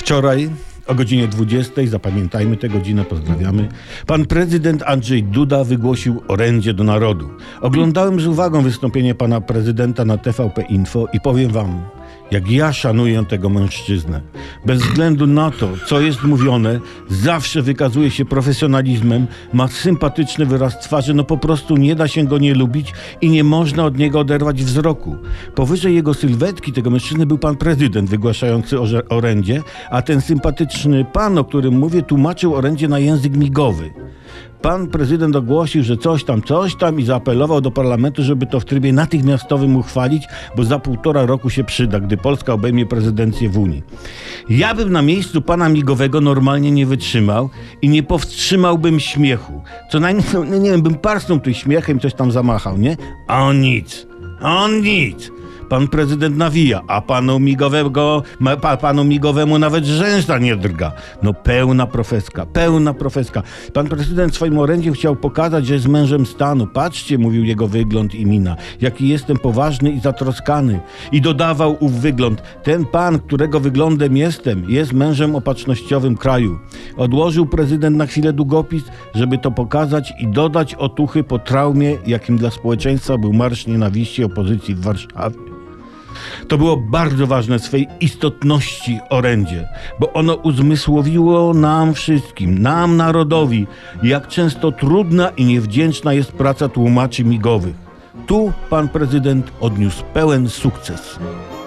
Wczoraj o godzinie 20, zapamiętajmy tę godzinę, pozdrawiamy, pan prezydent Andrzej Duda wygłosił orędzie do narodu. Oglądałem z uwagą wystąpienie pana prezydenta na TVP Info i powiem wam, jak ja szanuję tego mężczyznę. Bez względu na to, co jest mówione, zawsze wykazuje się profesjonalizmem, ma sympatyczny wyraz twarzy, no po prostu nie da się go nie lubić i nie można od niego oderwać wzroku. Powyżej jego sylwetki, tego mężczyzny, był pan prezydent wygłaszający orędzie, a ten sympatyczny pan, o którym mówię, tłumaczył orędzie na język migowy. Pan prezydent ogłosił, że coś tam i zaapelował do parlamentu, żeby to w trybie natychmiastowym uchwalić, bo za 1,5 roku się przyda, gdy Polska obejmie prezydencję w Unii. Ja bym na miejscu pana migowego normalnie nie wytrzymał i nie powstrzymałbym śmiechu. Co najmniej, nie wiem, bym parsnął tym śmiechem i coś tam zamachał, nie? A on nic. Pan prezydent nawija, a panu migowemu nawet rzęsa nie drga. No pełna profeska. Pan prezydent w swoim orędziu chciał pokazać, że jest mężem stanu. Patrzcie, mówił jego wygląd i mina, jaki jestem poważny i zatroskany. I dodawał ów wygląd. Ten pan, którego wyglądem jestem, jest mężem opatrznościowym kraju. Odłożył prezydent na chwilę długopis, żeby to pokazać i dodać otuchy po traumie, jakim dla społeczeństwa był marsz nienawiści opozycji w Warszawie. To było bardzo ważne w swej istotności orędzie, bo ono uzmysłowiło nam wszystkim, nam narodowi, jak często trudna i niewdzięczna jest praca tłumaczy migowych. Tu pan prezydent odniósł pełen sukces.